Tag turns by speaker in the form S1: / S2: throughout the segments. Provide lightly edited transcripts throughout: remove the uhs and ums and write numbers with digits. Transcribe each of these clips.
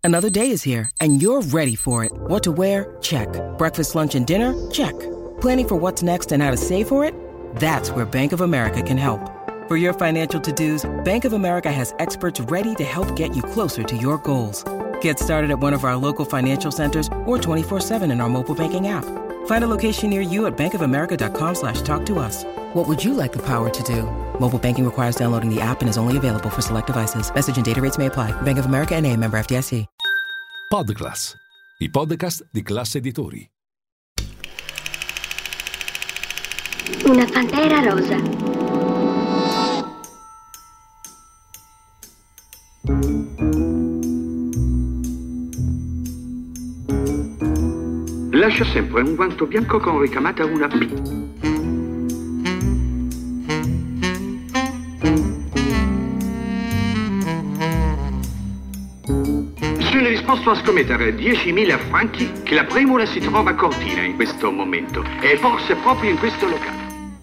S1: Another day is here, and you're ready for it. What to wear? Check. Breakfast, lunch, and dinner? Check. Planning for what's next and how to save for it? That's where Bank of America can help. For your financial to-dos, Bank of America has experts ready to help get you closer to your goals. Get started at one of our local financial centers or 24/7 in our mobile banking app. Find a location near you at bankofamerica.com/talktous. What would you like the power to do? Mobile banking requires downloading the app and is only available for select devices. Message and data rates may apply. Bank of America N.A., member FDIC.
S2: Podclass, i podcast di Classe Editori.
S3: Una pantera rosa.
S4: Lascia sempre un guanto bianco con ricamata una P. Sono disposto a scommettere 10.000 franchi che la Premula si trova a Cortina in questo momento e forse proprio in questo locale.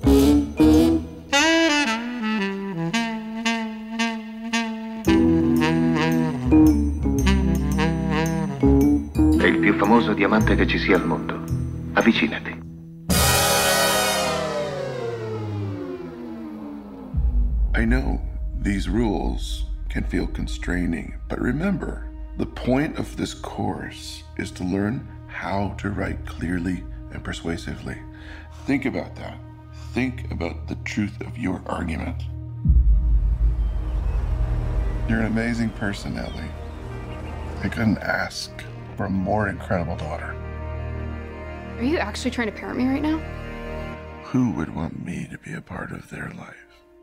S5: È il più famoso diamante che ci sia al mondo. Avvicinati.
S6: I know these rules can feel constraining, but remember, the point of this course is to learn how to write clearly and persuasively. Think about that. Think about the truth of your argument. You're an amazing person, Ellie. I couldn't ask for a more incredible daughter.
S7: Are you actually trying to parent me right now?
S6: Who would want me to be a part of their life?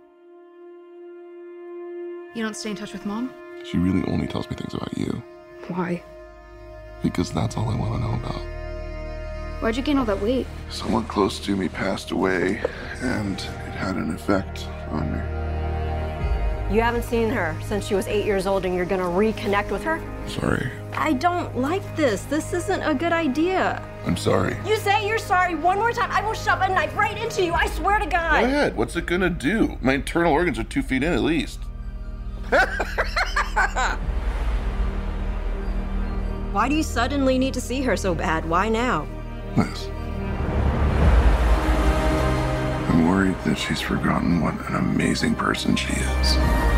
S7: You don't stay in touch with Mom?
S6: She really only tells me things about you.
S7: Why?
S6: Because that's all I want to know about.
S7: Why'd you gain all that weight?
S6: Someone close to me passed away, and it had an effect on me.
S8: You haven't seen her since she was 8 years old and you're gonna reconnect with her?
S6: Sorry.
S8: I don't like this. This isn't a good idea.
S6: I'm sorry.
S8: You say you're sorry one more time, I will shove a knife right into you. I swear to God.
S6: Go ahead. What's it gonna do? My internal organs are 2 feet in at least.
S8: Why do you suddenly need to see her so bad? Why now?
S6: Liz. I'm worried that she's forgotten what an amazing person she is.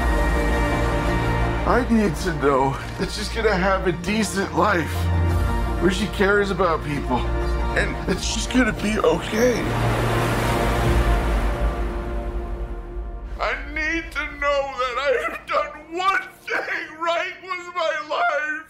S6: I need to know that she's gonna have a decent life where she cares about people and that she's gonna be okay. I need to know that I have done one thing right with my life.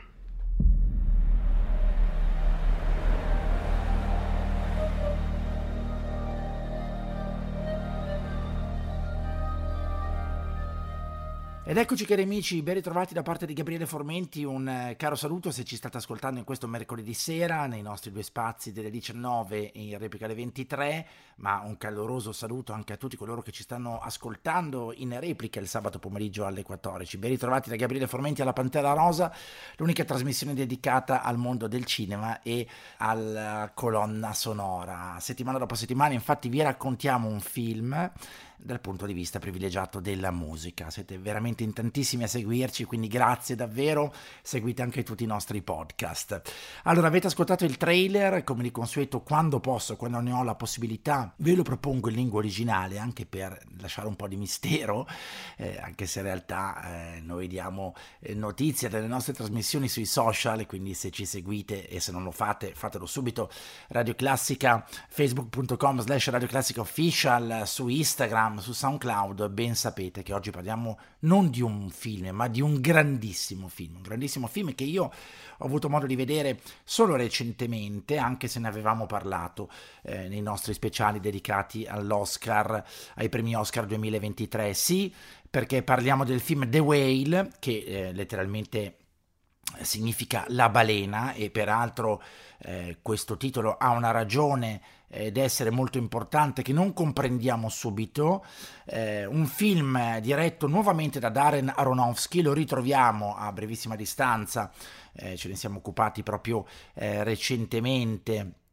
S9: Ed eccoci cari amici, ben ritrovati da parte di Gabriele Formenti, un caro saluto se ci state ascoltando in questo mercoledì sera nei nostri due spazi delle 19 e in replica alle 23, ma un caloroso saluto anche a tutti coloro che ci stanno ascoltando in replica il sabato pomeriggio alle 14. Ben ritrovati da Gabriele Formenti alla Pantera Rosa, l'unica trasmissione dedicata al mondo del cinema e alla colonna sonora. Settimana dopo settimana infatti vi raccontiamo un film dal punto di vista privilegiato della musica. Siete veramente in tantissimi a seguirci, quindi grazie davvero, seguite anche tutti i nostri podcast. Allora, avete ascoltato il trailer, come di consueto quando posso, quando ne ho la possibilità, ve lo propongo in lingua originale anche per lasciare un po' di mistero, anche se in realtà noi diamo notizia delle nostre trasmissioni sui social, quindi se ci seguite e se non lo fate, fatelo subito. Radio Classica, facebook.com/Radio Classica Official, su Instagram, su SoundCloud. Ben sapete che oggi parliamo non di un film ma di un grandissimo film che io ho avuto modo di vedere solo recentemente, anche se ne avevamo parlato nei nostri speciali dedicati all'Oscar, ai premi Oscar 2023. Sì, perché parliamo del film The Whale, che letteralmente significa la balena, e peraltro questo titolo ha una ragione ed essere molto importante che non comprendiamo subito. Un film diretto nuovamente da Darren Aronofsky, lo ritroviamo a brevissima distanza, ce ne siamo occupati proprio recentemente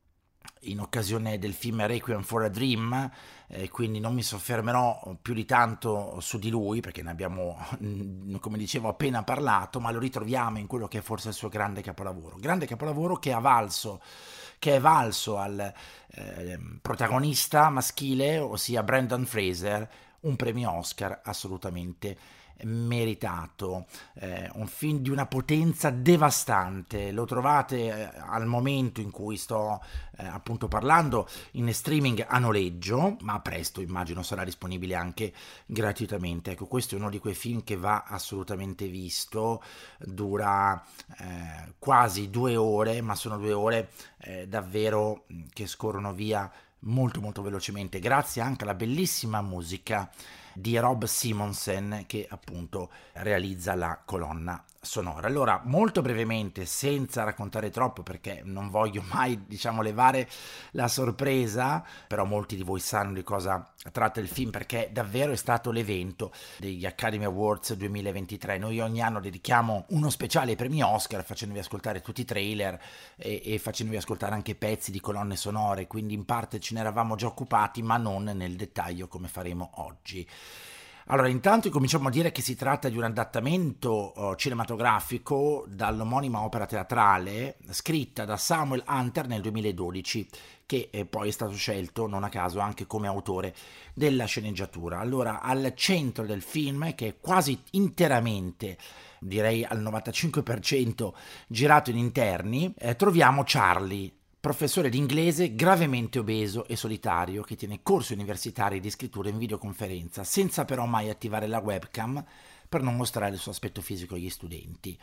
S9: in occasione del film Requiem for a Dream, quindi non mi soffermerò più di tanto su di lui perché ne abbiamo, come dicevo, appena parlato, ma lo ritroviamo in quello che è forse il suo grande capolavoro che è valso al protagonista maschile, ossia Brendan Fraser, un premio Oscar assolutamente meritato. Un film di una potenza devastante. Lo trovate al momento in cui sto appunto parlando in streaming a noleggio, ma presto immagino sarà disponibile anche gratuitamente. Ecco, questo è uno di quei film che va assolutamente visto. Dura quasi 2 ore, ma sono 2 ore davvero che scorrono via molto molto velocemente, grazie anche alla bellissima musica di Rob Simonsen, che appunto realizza la colonna sonora. Allora, molto brevemente, senza raccontare troppo perché non voglio mai, levare la sorpresa, però molti di voi sanno di cosa tratta il film perché davvero è stato l'evento degli Academy Awards 2023. Noi ogni anno dedichiamo uno speciale ai premi Oscar facendovi ascoltare tutti i trailer e facendovi ascoltare anche pezzi di colonne sonore, quindi in parte ce ne eravamo già occupati, ma non nel dettaglio come faremo oggi. Allora, intanto cominciamo a dire che si tratta di un adattamento cinematografico dall'omonima opera teatrale scritta da Samuel Hunter nel 2012, che poi è stato scelto non a caso anche come autore della sceneggiatura. Allora, al centro del film, che è quasi interamente, direi al 95% girato in interni, troviamo Charlie, professore di inglese gravemente obeso e solitario che tiene corsi universitari di scrittura in videoconferenza, senza però mai attivare la webcam per non mostrare il suo aspetto fisico agli studenti.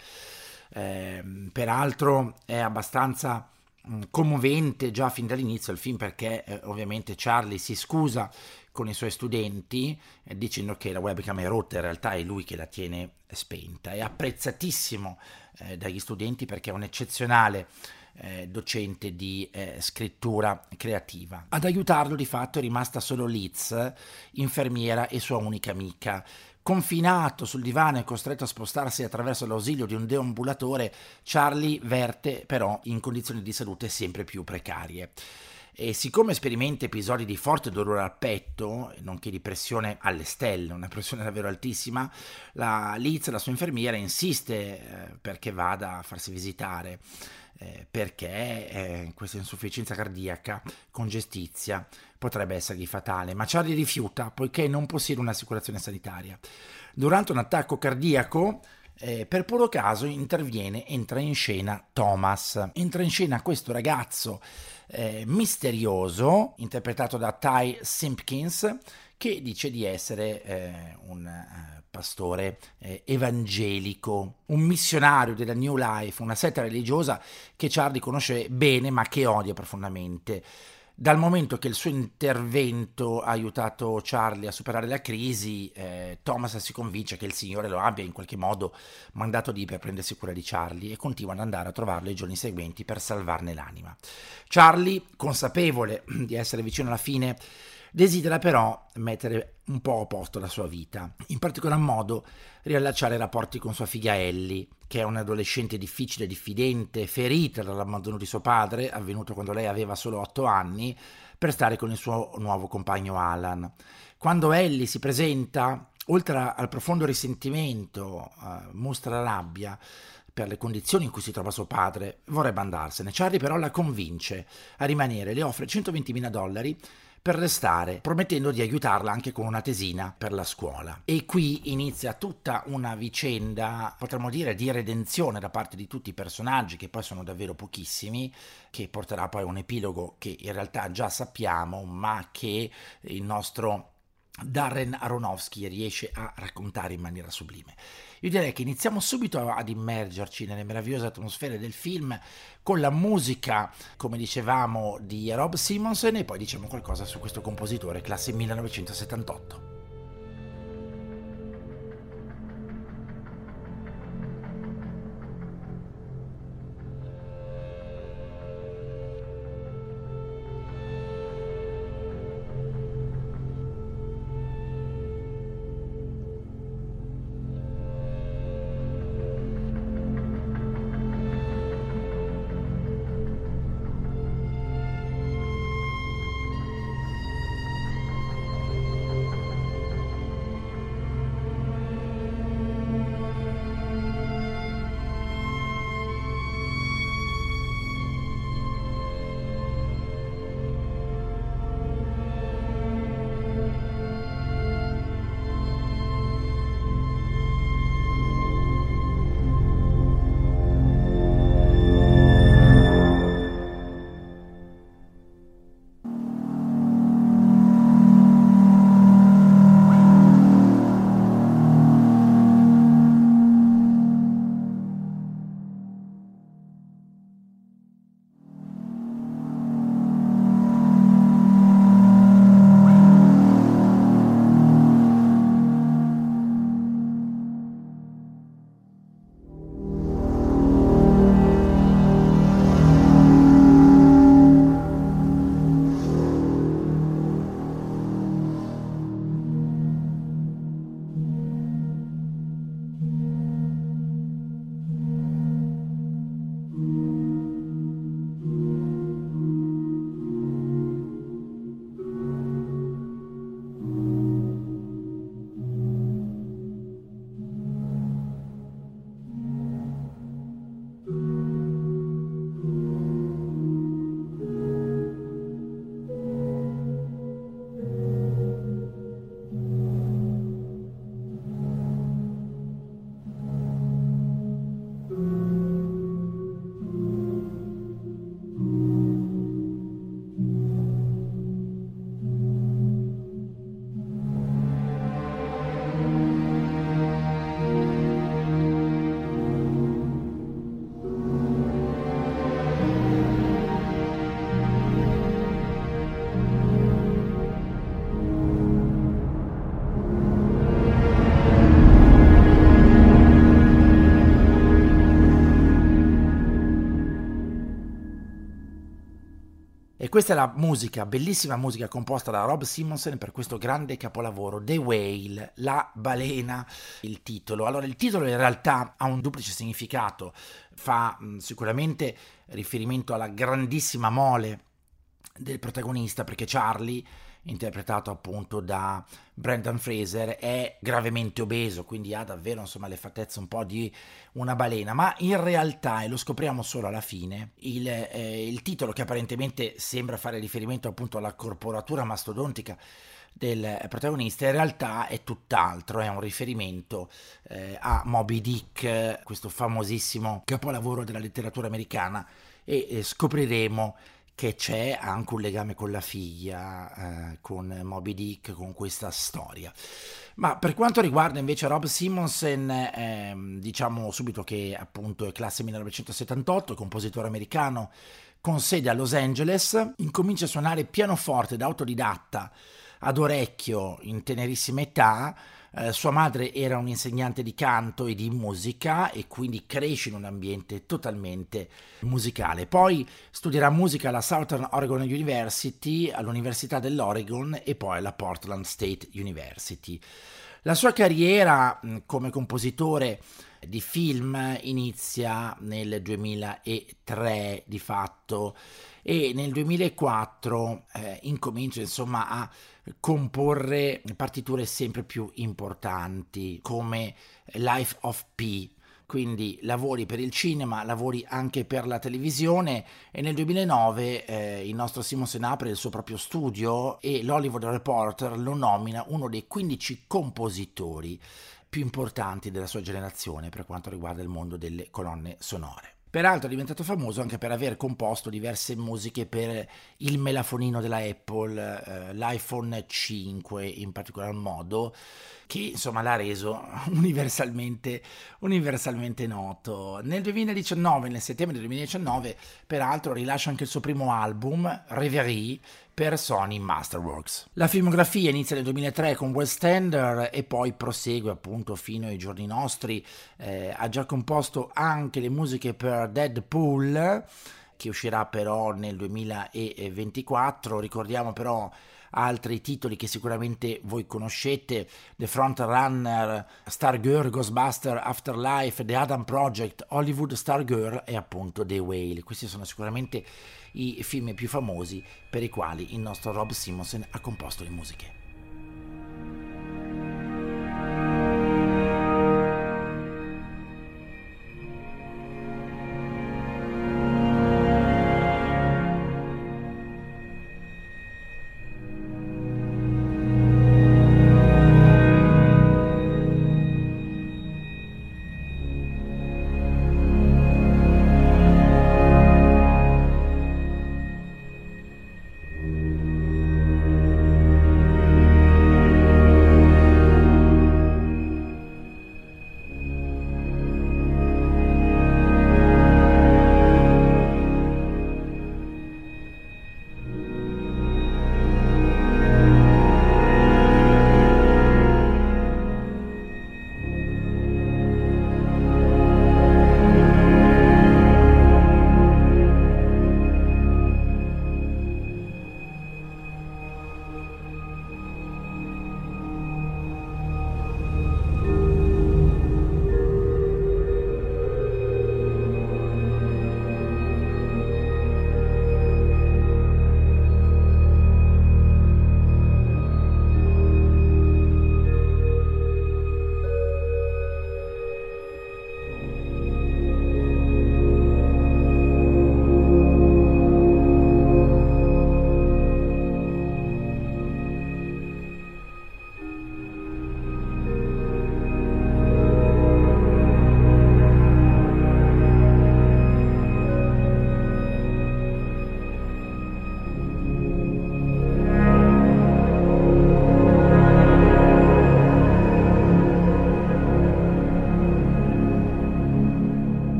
S9: Peraltro è abbastanza commovente già fin dall'inizio il film perché ovviamente Charlie si scusa con i suoi studenti dicendo che la webcam è rotta, in realtà è lui che la tiene spenta. È apprezzatissimo dagli studenti perché è un eccezionale docente di scrittura creativa. Ad aiutarlo di fatto è rimasta solo Liz, infermiera e sua unica amica. Confinato sul divano e costretto a spostarsi attraverso l'ausilio di un deambulatore, Charlie verte però in condizioni di salute sempre più precarie. E siccome sperimenta episodi di forte dolore al petto, nonché di pressione alle stelle, una pressione davvero altissima, Liz, la sua infermiera, insiste perché vada a farsi visitare, perché questa insufficienza cardiaca congestizia potrebbe essergli fatale, ma Charlie rifiuta poiché non possiede un'assicurazione sanitaria. Durante un attacco cardiaco, per puro caso entra in scena Thomas. Entra in scena questo ragazzo misterioso, interpretato da Ty Simpkins, che dice di essere un pastore evangelico, un missionario della New Life, una setta religiosa che Charlie conosce bene ma che odia profondamente. Dal momento che il suo intervento ha aiutato Charlie a superare la crisi, Thomas si convince che il Signore lo abbia in qualche modo mandato lì per prendersi cura di Charlie e continua ad andare a trovarlo i giorni seguenti per salvarne l'anima. Charlie, consapevole di essere vicino alla fine, desidera però mettere un po' a posto la sua vita, in particolar modo riallacciare i rapporti con sua figlia Ellie, che è un'adolescente difficile, diffidente, ferita dall'abbandono di suo padre, avvenuto quando lei aveva solo 8 anni, per stare con il suo nuovo compagno Alan. Quando Ellie si presenta, oltre al profondo risentimento, mostra rabbia per le condizioni in cui si trova suo padre, vorrebbe andarsene. Charlie però la convince a rimanere, le offre $120.000 per restare, promettendo di aiutarla anche con una tesina per la scuola. E qui inizia tutta una vicenda, potremmo dire, di redenzione da parte di tutti i personaggi, che poi sono davvero pochissimi, che porterà poi a un epilogo che in realtà già sappiamo, ma che il nostro Darren Aronofsky riesce a raccontare in maniera sublime. Io direi che iniziamo subito ad immergerci nelle meravigliose atmosfere del film con la musica, come dicevamo, di Rob Simonsen, e poi diciamo qualcosa su questo compositore classe 1978. E questa è la musica, bellissima musica composta da Rob Simonsen per questo grande capolavoro, The Whale, la balena, il titolo. Allora, il titolo in realtà ha un duplice significato, fa sicuramente riferimento alla grandissima mole del protagonista, perché Charlie, interpretato appunto da Brendan Fraser, è gravemente obeso, quindi ha davvero le fattezze un po' di una balena, ma in realtà, e lo scopriamo solo alla fine, il titolo, che apparentemente sembra fare riferimento appunto alla corporatura mastodontica del protagonista, in realtà è tutt'altro, è un riferimento a Moby Dick, questo famosissimo capolavoro della letteratura americana, e scopriremo che c'è anche un legame con la figlia, con Moby Dick, con questa storia. Ma per quanto riguarda invece Rob Simonsen, diciamo subito che appunto è classe 1978, compositore americano con sede a Los Angeles, incomincia a suonare pianoforte da autodidatta ad orecchio in tenerissima età. Sua madre era un'insegnante di canto e di musica e quindi cresce in un ambiente totalmente musicale. Poi studierà musica alla Southern Oregon University, all'Università dell'Oregon e poi alla Portland State University. La sua carriera come compositore di film inizia nel 2003 di fatto, e nel 2004 incomincia a comporre partiture sempre più importanti come Life of Pi, quindi lavori per il cinema, lavori anche per la televisione, e nel 2009 il nostro Simonsen apre il suo proprio studio e l'Hollywood Reporter lo nomina uno dei 15 compositori più importanti della sua generazione per quanto riguarda il mondo delle colonne sonore. Peraltro è diventato famoso anche per aver composto diverse musiche per il melafonino della Apple, l'iPhone 5 in particolar modo, che l'ha reso universalmente noto. Nel settembre del 2019, peraltro rilascia anche il suo primo album, Reverie, per Sony Masterworks. La filmografia inizia nel 2003 con West Ender e poi prosegue appunto fino ai giorni nostri. Ha già composto anche le musiche per Deadpool, che uscirà però nel 2024. Ricordiamo però altri titoli che sicuramente voi conoscete: The Frontrunner, Stargirl, Ghostbuster, Afterlife, The Adam Project, Hollywood Stargirl e appunto The Whale. Questi sono sicuramente i film più famosi per i quali il nostro Rob Simonsen ha composto le musiche.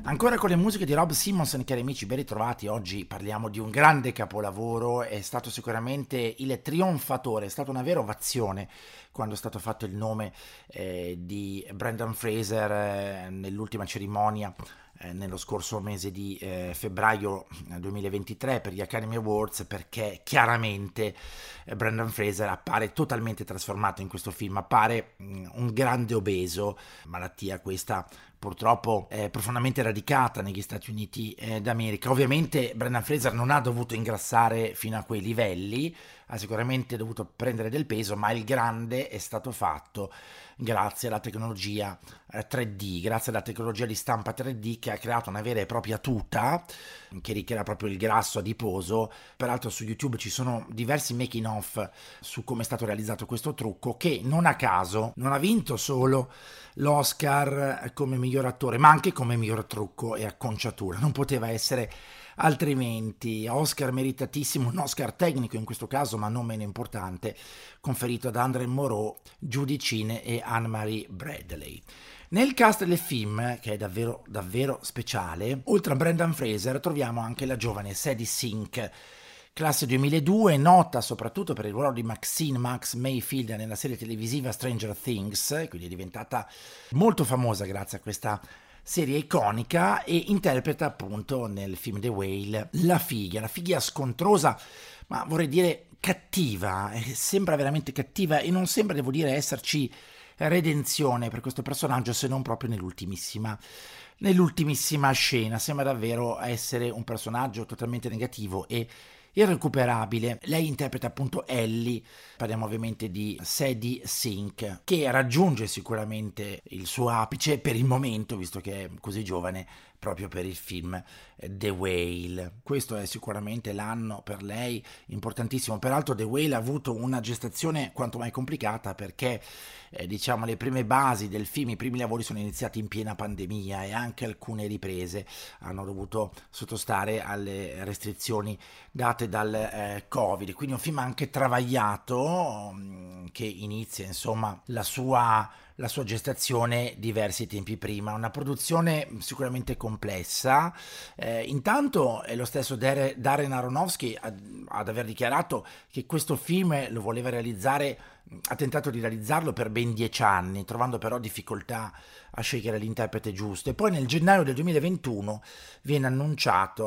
S9: Ancora con le musiche di Rob Simonsen, cari amici, ben ritrovati. Oggi parliamo di un grande capolavoro, è stato sicuramente il trionfatore, è stata una vera ovazione quando è stato fatto il nome di Brendan Fraser nell'ultima cerimonia nello scorso mese di febbraio 2023 per gli Academy Awards, perché chiaramente Brendan Fraser appare totalmente trasformato in questo film, appare un grande obeso, malattia questa purtroppo profondamente radicata negli Stati Uniti d'America. Ovviamente Brendan Fraser non ha dovuto ingrassare fino a quei livelli, ha sicuramente dovuto prendere del peso, ma il grande è stato fatto grazie alla tecnologia 3D, grazie alla tecnologia di stampa 3D che ha creato una vera e propria tuta che ricrea proprio il grasso adiposo. Peraltro su YouTube ci sono diversi making of su come è stato realizzato questo trucco, che non a caso non ha vinto solo l'Oscar come miglior attore, ma anche come miglior trucco e acconciatura. Non poteva essere altrimenti. Oscar meritatissimo, un Oscar tecnico in questo caso, ma non meno importante, conferito ad André Moreau, Judy Cine e Anne-Marie Bradley. Nel cast del film, che è davvero davvero speciale, oltre a Brendan Fraser troviamo anche la giovane Sadie Sink, classe 2002, nota soprattutto per il ruolo di Maxine Max Mayfield nella serie televisiva Stranger Things, quindi è diventata molto famosa grazie a questa serie iconica, e interpreta appunto nel film The Whale la figlia scontrosa, ma vorrei dire cattiva, sembra veramente cattiva e non sembra, devo dire, esserci redenzione per questo personaggio, se non proprio nell'ultimissima scena. Sembra davvero essere un personaggio totalmente negativo e irrecuperabile. Lei interpreta appunto Ellie, parliamo ovviamente di Sadie Sink, che raggiunge sicuramente il suo apice per il momento, visto che è così giovane, proprio per il film The Whale. Questo è sicuramente l'anno per lei importantissimo. Peraltro The Whale ha avuto una gestazione quanto mai complicata, perché diciamo le prime basi del film, i primi lavori sono iniziati in piena pandemia e anche alcune riprese hanno dovuto sottostare alle restrizioni date dal Covid, quindi un film anche travagliato che inizia insomma la sua gestazione diversi tempi prima. Una produzione sicuramente complessa. Intanto è lo stesso Darren Aronofsky ad aver dichiarato che questo film lo voleva realizzare, ha tentato di realizzarlo per ben 10 anni, trovando però difficoltà a scegliere l'interprete giusto, e poi nel gennaio del 2021 viene annunciata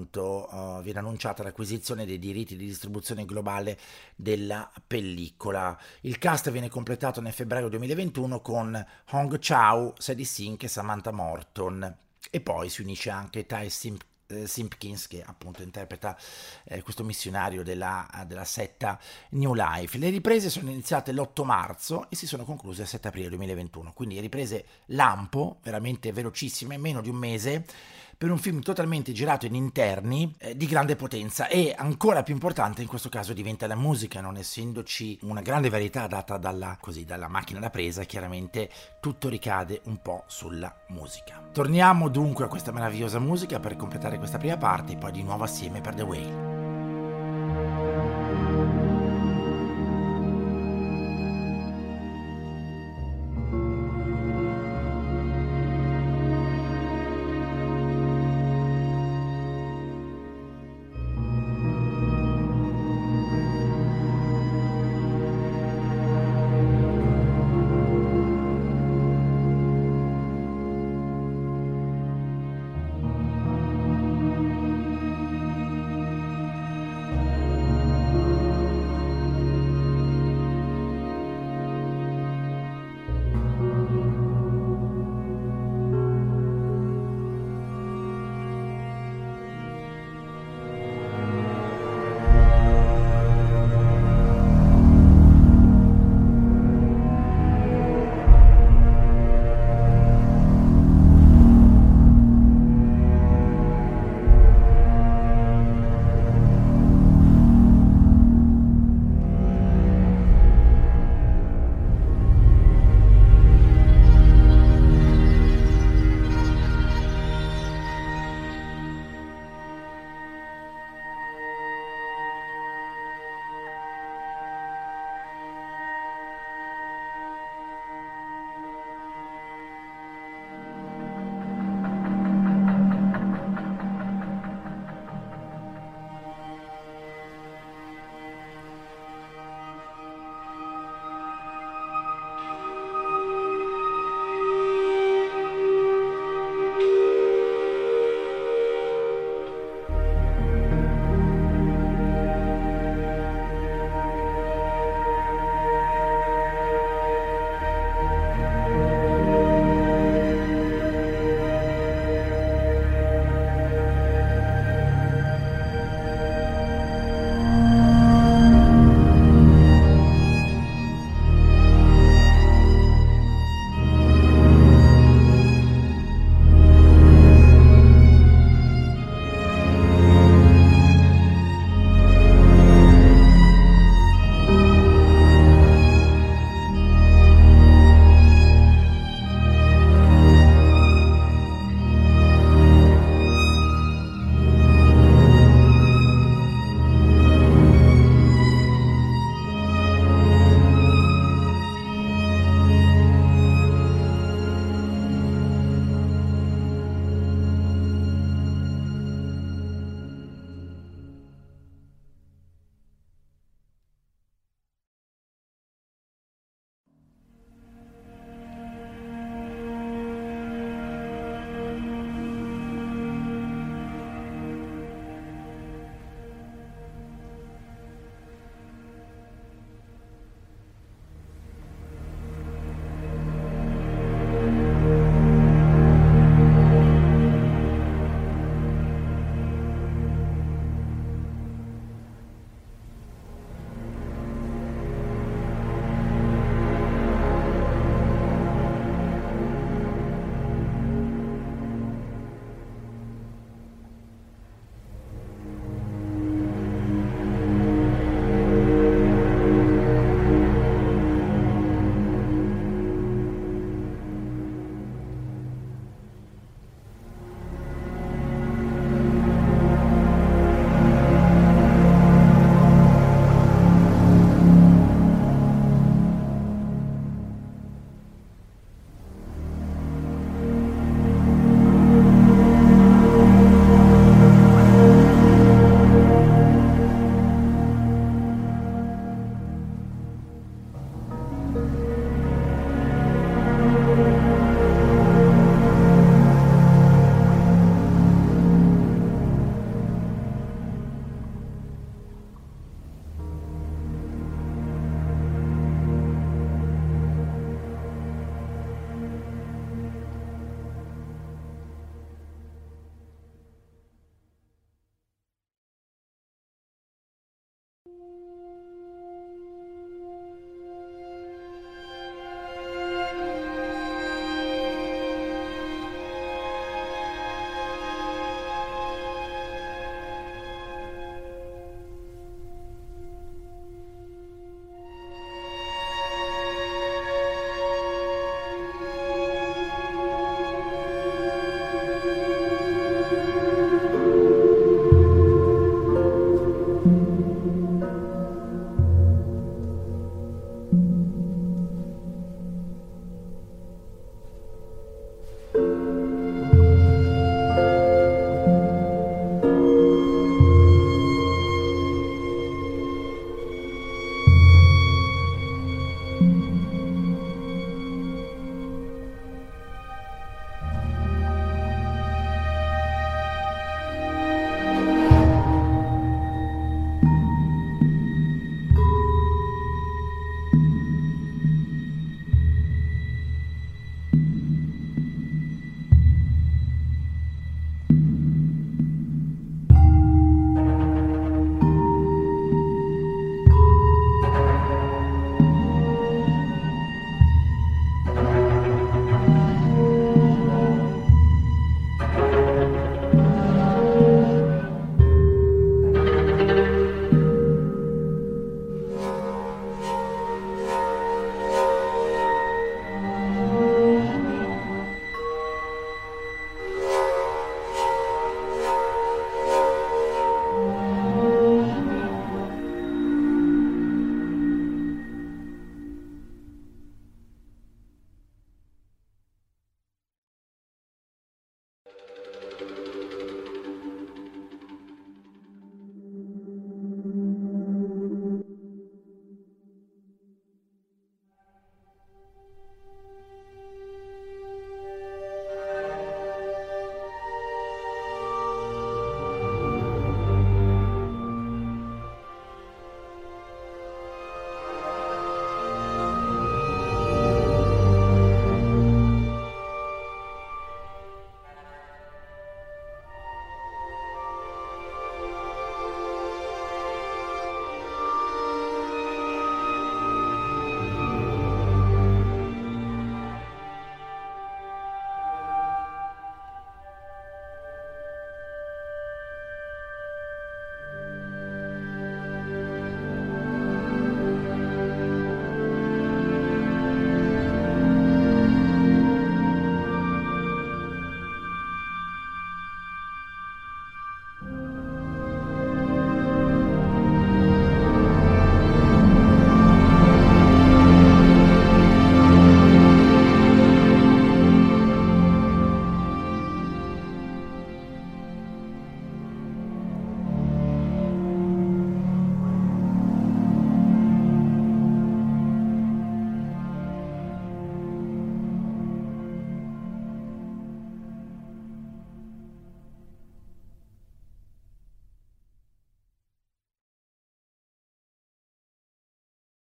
S9: l'acquisizione dei diritti di distribuzione globale della pellicola. Il cast viene completato nel febbraio 2021 con Hong Chau, Sadie Sink e Samantha Morton, e poi si unisce anche Ty Simpkins, che appunto interpreta questo missionario della setta New Life. Le riprese sono iniziate l'8 marzo e si sono concluse il 7 aprile 2021, quindi riprese lampo, veramente velocissime, meno di un mese, per un film totalmente girato in interni di grande potenza. E ancora più importante in questo caso diventa la musica, non essendoci una grande varietà data dalla macchina da presa, chiaramente tutto ricade un po' sulla musica. Torniamo dunque a questa meravigliosa musica per completare questa prima parte, e poi di nuovo assieme per The Whale.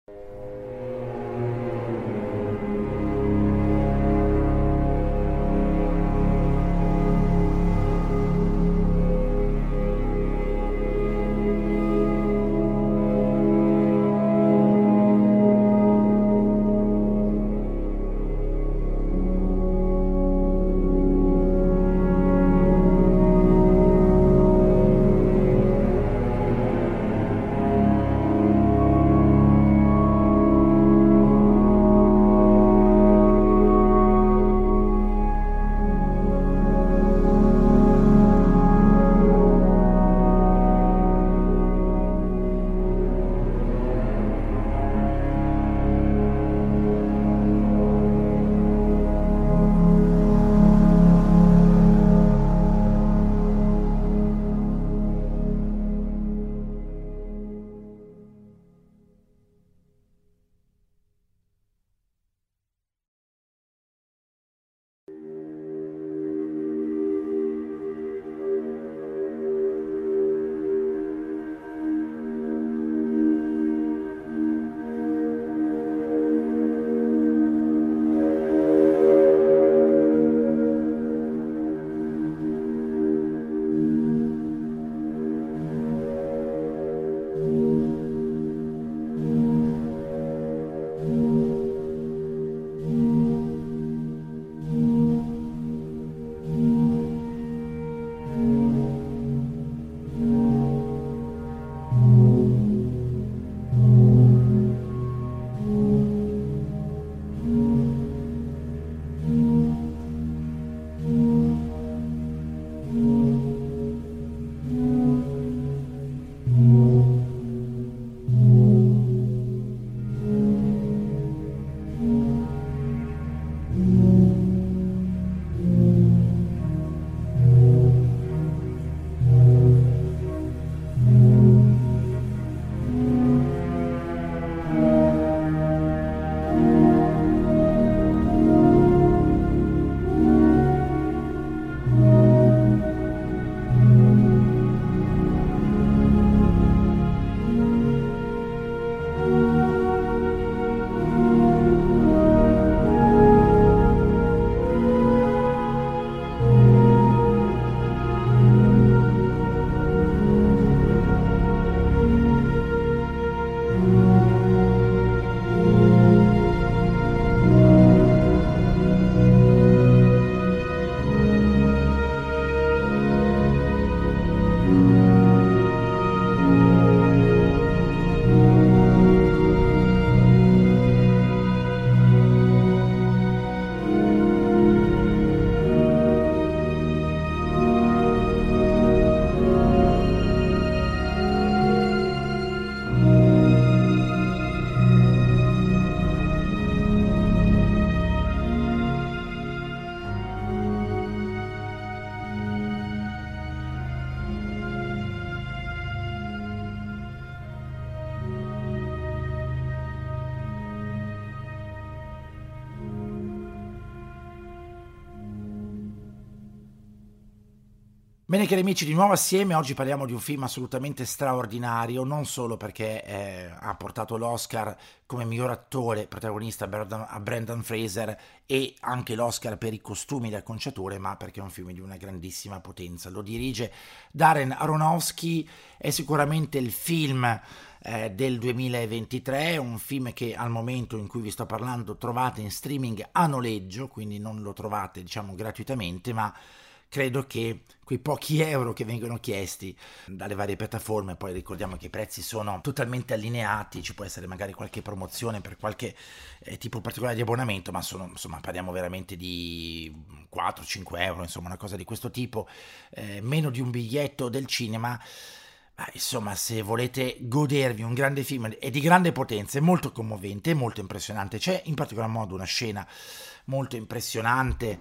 S9: Bene cari amici, di nuovo assieme, oggi parliamo di un film assolutamente straordinario, non solo perché ha portato l'Oscar come miglior attore protagonista a Brendan Fraser e anche l'Oscar per i costumi e le acconciature, ma perché è un film di una grandissima potenza. Lo dirige Darren Aronofsky, è sicuramente il film del 2023, un film che al momento in cui vi sto parlando trovate in streaming a noleggio, quindi non lo trovate diciamo gratuitamente, ma credo che quei pochi euro che vengono chiesti dalle varie piattaforme, poi ricordiamo che i prezzi sono totalmente allineati, ci può essere magari qualche promozione per qualche tipo particolare di abbonamento, ma sono, insomma, parliamo veramente di 4-5 euro, insomma una cosa di questo tipo, meno di un biglietto del cinema. Insomma, se volete godervi un grande film e di grande potenza, è molto commovente, molto impressionante. C'è in particolar modo una scena molto impressionante,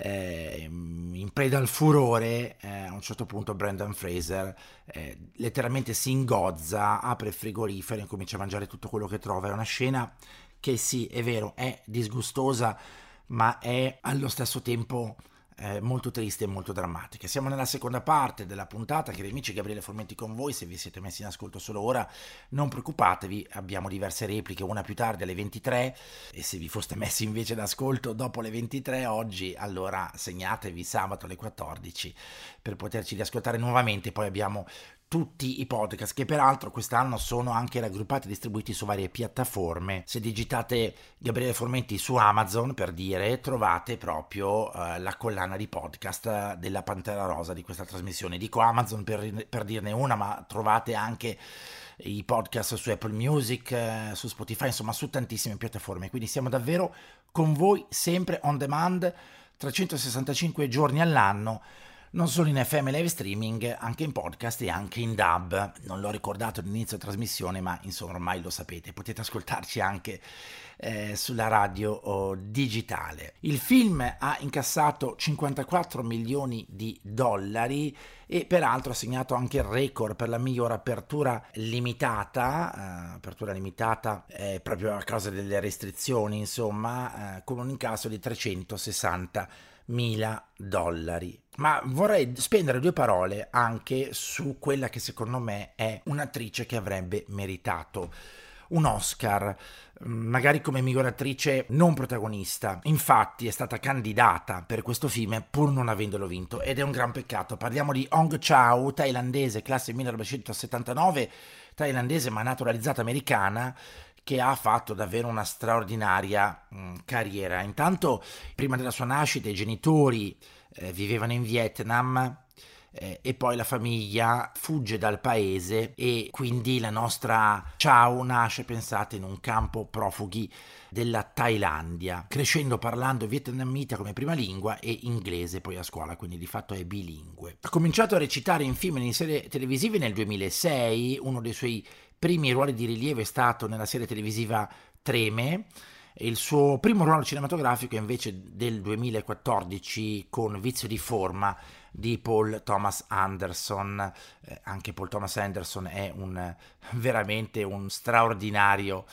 S9: in preda al furore. A un certo punto Brendan Fraser letteralmente si ingozza, apre il frigorifero e comincia a mangiare tutto quello che trova. È una scena che sì, è vero, è disgustosa, ma è allo stesso tempo molto triste e molto drammatica. Siamo nella seconda parte della puntata, cari amici, Gabriele Formenti con voi. Se vi siete messi in ascolto solo ora, non preoccupatevi, abbiamo diverse repliche, una più tardi alle 23, e se vi foste messi invece in ascolto dopo le 23 oggi, allora segnatevi sabato alle 14 per poterci riascoltare nuovamente. Poi abbiamo tutti i podcast che peraltro quest'anno sono anche raggruppati e distribuiti su varie piattaforme. Se digitate Gabriele Formenti su Amazon, per dire, trovate proprio la collana di podcast della Pantera Rosa di questa trasmissione. Dico Amazon per dirne una, ma trovate anche i podcast su Apple Music, su Spotify, insomma su tantissime piattaforme. Quindi siamo davvero con voi sempre on demand 365 giorni all'anno, non solo in FM live streaming, anche in podcast e anche in DAB. Non l'ho ricordato all'inizio trasmissione, ma insomma ormai lo sapete, potete ascoltarci anche sulla radio digitale. Il film ha incassato 54 milioni di dollari e peraltro ha segnato anche il record per la miglior apertura limitata, proprio a causa delle restrizioni, insomma, con un incasso di 360.000 dollari. Ma vorrei spendere due parole anche su quella che secondo me è un'attrice che avrebbe meritato un Oscar, magari come miglior attrice non protagonista. Infatti è stata candidata per questo film pur non avendolo vinto, ed è un gran peccato. Parliamo di Hong Chau, thailandese, classe 1979, thailandese ma naturalizzata americana, che ha fatto davvero una straordinaria carriera. Intanto, prima della sua nascita, i genitori vivevano in Vietnam, e poi la famiglia fugge dal paese e quindi la nostra Chau nasce, pensate, in un campo profughi della Thailandia, crescendo parlando vietnamita come prima lingua e inglese poi a scuola, quindi di fatto è bilingue. Ha cominciato a recitare in film e in serie televisive nel 2006, uno dei suoi primi ruoli di rilievo è stato nella serie televisiva Treme. Il suo primo ruolo cinematografico è invece del 2014 con Vizio di forma di Paul Thomas Anderson. Anche Paul Thomas Anderson è veramente un straordinario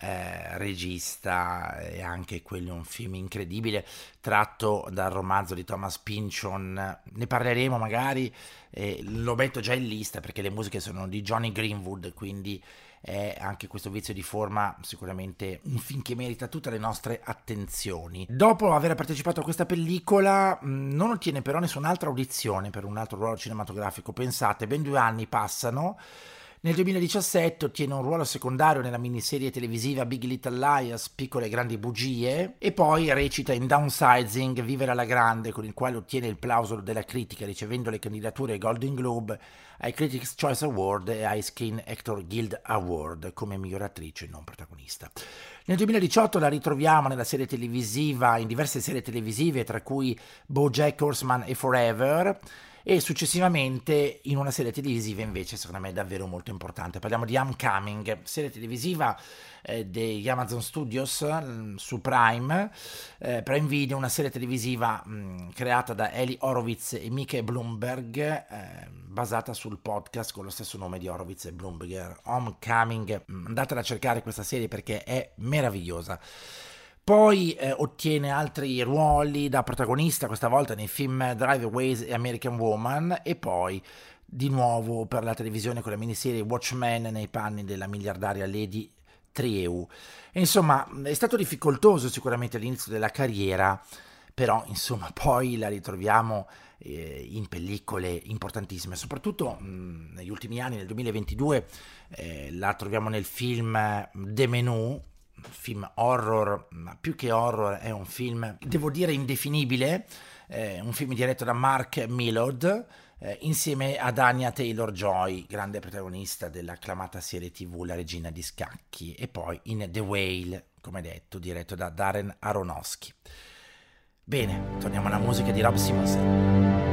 S9: regista, e anche quello è un film incredibile tratto dal romanzo di Thomas Pynchon. Ne parleremo magari, lo metto già in lista perché le musiche sono di Johnny Greenwood, quindi è anche questo Vizio di forma sicuramente un film che merita tutte le nostre attenzioni. Dopo aver partecipato a questa pellicola non ottiene però nessun'altra audizione per un altro ruolo cinematografico. Pensate, ben 2 anni passano. Nel 2017 ottiene un ruolo secondario nella miniserie televisiva Big Little Lies, Piccole e grandi bugie, e poi recita in Downsizing, Vivere alla grande, con il quale ottiene il plauso della critica, ricevendo le candidature ai Golden Globe, ai Critics' Choice Award e ai Screen Actor Guild Award come miglior attrice non protagonista. Nel 2018 la ritroviamo nella serie televisiva, in diverse serie televisive, tra cui BoJack Horseman e Forever, e successivamente in una serie televisiva invece secondo me davvero molto importante. Parliamo di Homecoming, serie televisiva degli Amazon Studios su Prime Video, una serie televisiva creata da Eli Horowitz e Michael Bloomberg, basata sul podcast con lo stesso nome di Horowitz e Bloomberg, Homecoming. Andatela a cercare questa serie perché è meravigliosa. Poi ottiene altri ruoli da protagonista, questa volta nei film Driveaways e American Woman, e poi di nuovo per la televisione con la miniserie Watchmen nei panni della miliardaria Lady Trieu. E insomma è stato difficoltoso sicuramente all'inizio della carriera, però insomma poi la ritroviamo in pellicole importantissime, soprattutto negli ultimi anni. Nel 2022 la troviamo nel film The Menu, film horror, ma più che horror è un film, devo dire, indefinibile, un film diretto da Mark Millard, insieme ad Anya Taylor-Joy, grande protagonista dell'acclamata serie TV La regina di scacchi, e poi in The Whale, come detto, diretto da Darren Aronofsky. Bene, torniamo alla musica di Rob Simonsen.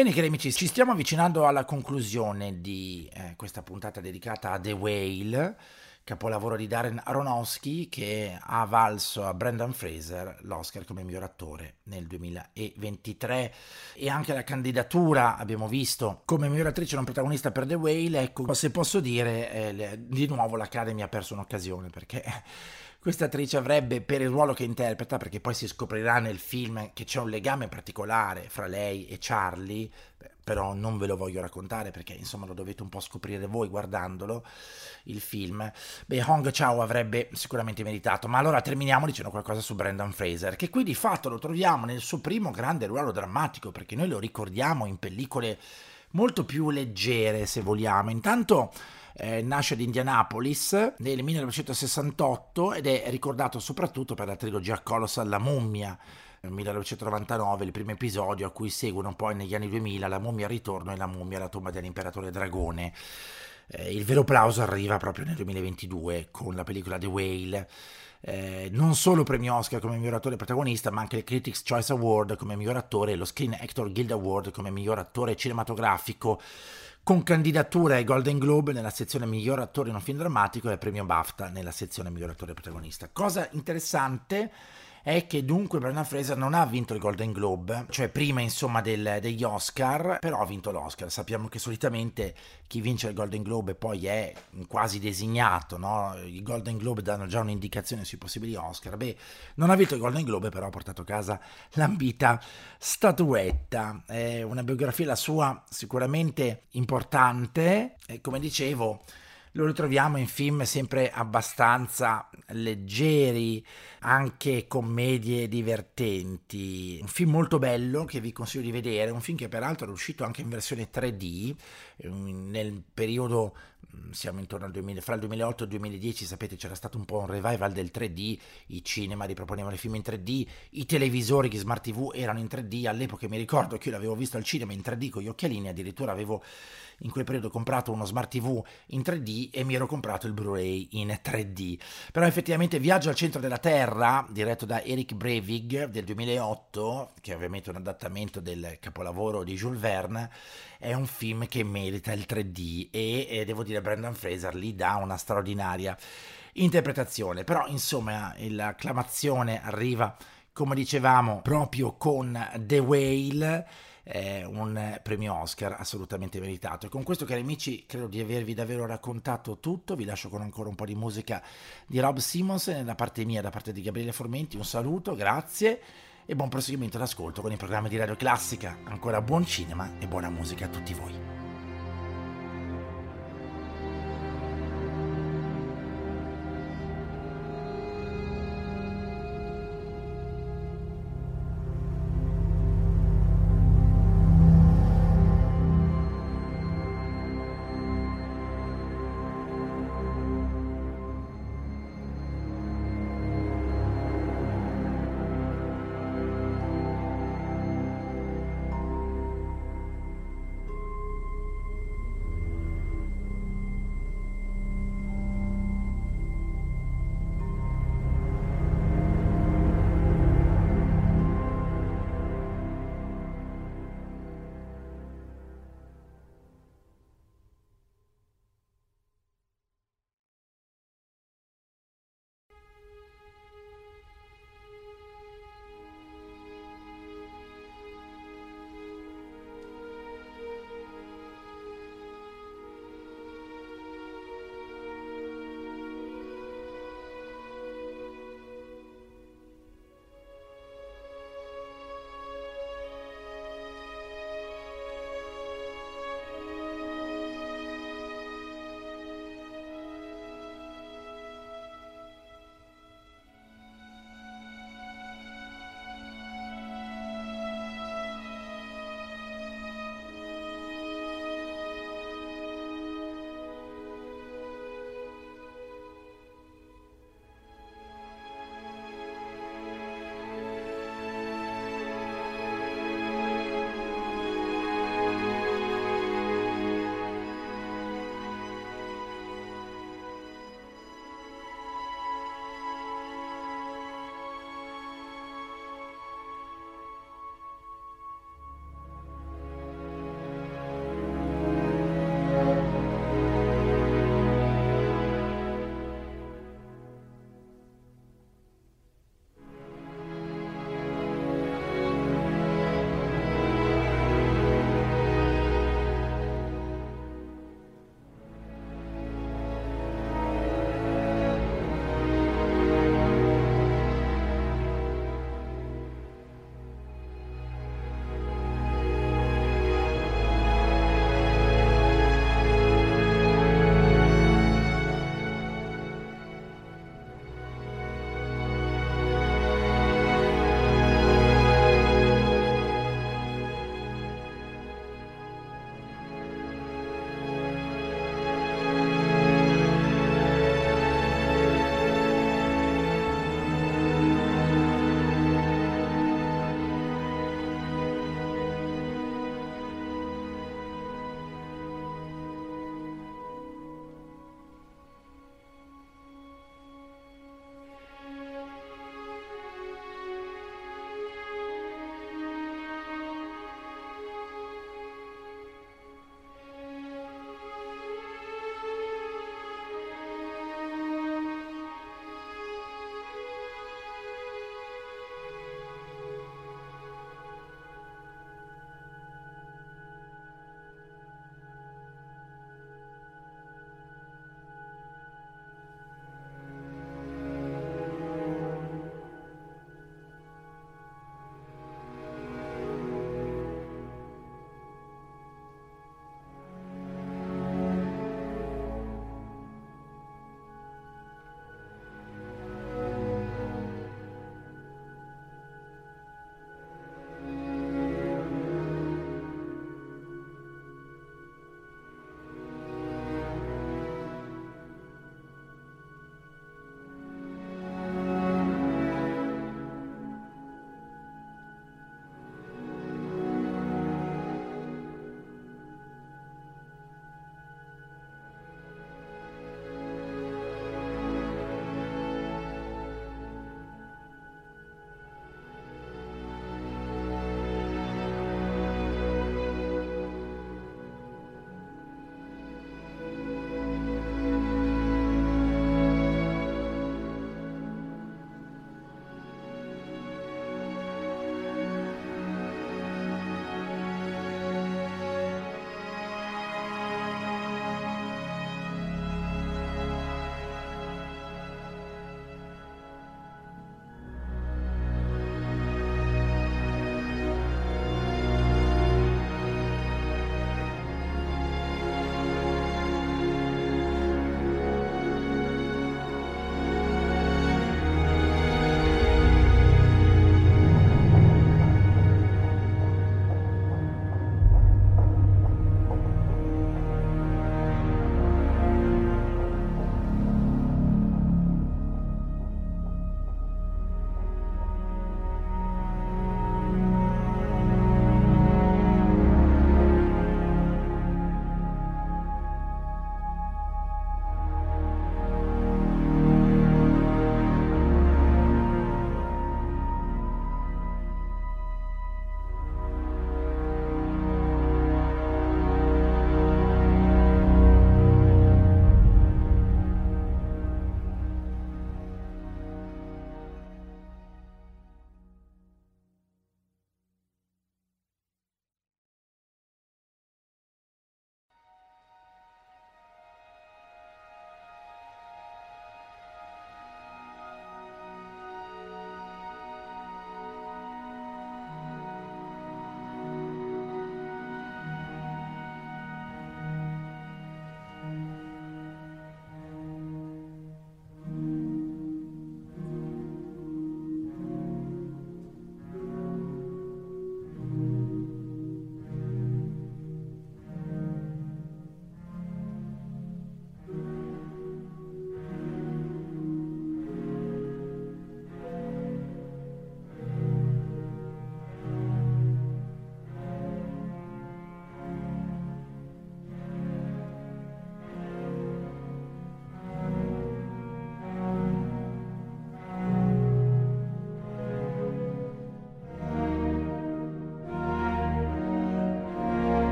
S9: Bene, cari amici, ci stiamo avvicinando alla conclusione di questa puntata dedicata a The Whale, capolavoro di Darren Aronofsky, che ha valso a Brendan Fraser l'Oscar come miglior attore nel 2023, e anche la candidatura, abbiamo visto, come miglior attrice non protagonista per The Whale. Ecco, se posso dire, di nuovo l'Academy ha perso un'occasione, perché questa attrice avrebbe, per il ruolo che interpreta, perché poi si scoprirà nel film che c'è un legame particolare fra lei e Charlie, però non ve lo voglio raccontare perché insomma lo dovete un po' scoprire voi guardandolo il film. Hong Chau avrebbe sicuramente meritato. Ma allora terminiamo dicendo qualcosa su Brendan Fraser, che qui di fatto lo troviamo nel suo primo grande ruolo drammatico, perché noi lo ricordiamo in pellicole molto più leggere, se vogliamo. Intanto nasce ad Indianapolis nel 1968 ed è ricordato soprattutto per la trilogia Colossal, La mummia, nel 1999, il primo episodio, a cui seguono poi negli anni 2000 La mummia al ritorno e La mummia alla tomba dell'imperatore dragone. Il vero applauso arriva proprio nel 2022 con la pellicola The Whale. Non solo premio Oscar come miglior attore protagonista, ma anche il Critics' Choice Award come miglior attore e lo Screen Actor Guild Award come miglior attore cinematografico, con candidatura ai Golden Globe nella sezione miglior attore in un film drammatico e al premio BAFTA nella sezione miglior attore protagonista. Cosa interessante è che dunque Brendan Fraser non ha vinto il Golden Globe, cioè prima insomma degli Oscar, però ha vinto l'Oscar. Sappiamo che solitamente chi vince il Golden Globe poi è quasi designato, no? I Golden Globe danno già un'indicazione sui possibili Oscar. Non ha vinto il Golden Globe, però ha portato a casa l'ambita statuetta. È una biografia, la sua, sicuramente importante, e come dicevo lo ritroviamo in film sempre abbastanza leggeri, anche commedie divertenti. Un film molto bello che vi consiglio di vedere, un film che peraltro è uscito anche in versione 3D nel periodo, siamo intorno al 2000, fra il 2008 e il 2010, sapete, c'era stato un po' un revival del 3D, i cinema riproponevano i film in 3D, i televisori, gli smart TV erano in 3D. All'epoca mi ricordo che io l'avevo visto al cinema in 3D con gli occhialini, addirittura avevo in quel periodo comprato uno smart TV in 3D e mi ero comprato il Blu-ray in 3D. Però effettivamente Viaggio al centro della Terra, diretto da Eric Breivik del 2008, che è ovviamente un adattamento del capolavoro di Jules Verne, è un film che merita il 3D e devo dire Brendan Fraser lì dà una straordinaria interpretazione. Però insomma l'acclamazione arriva, come dicevamo, proprio con The Whale, un premio Oscar assolutamente meritato. E con questo, cari amici, credo di avervi davvero raccontato tutto. Vi lascio con ancora un po' di musica di Rob Simonsen da parte mia, da parte di Gabriele Formenti. Un saluto, grazie e buon proseguimento d'ascolto con i programmi di Radio Classica. Ancora buon cinema e buona musica a tutti voi.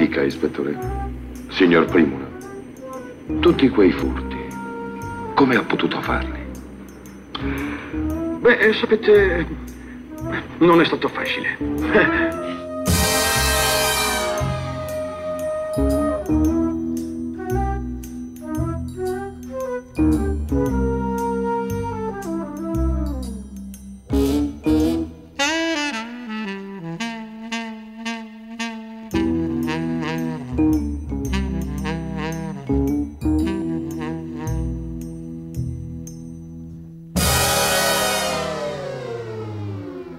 S10: dica, ispettore. Signor Primula, tutti quei furti, come ha potuto farli?
S4: Beh, sapete, non è stato facile.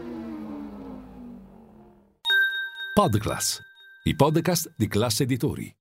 S2: Podclass, i podcast di Classe Editori.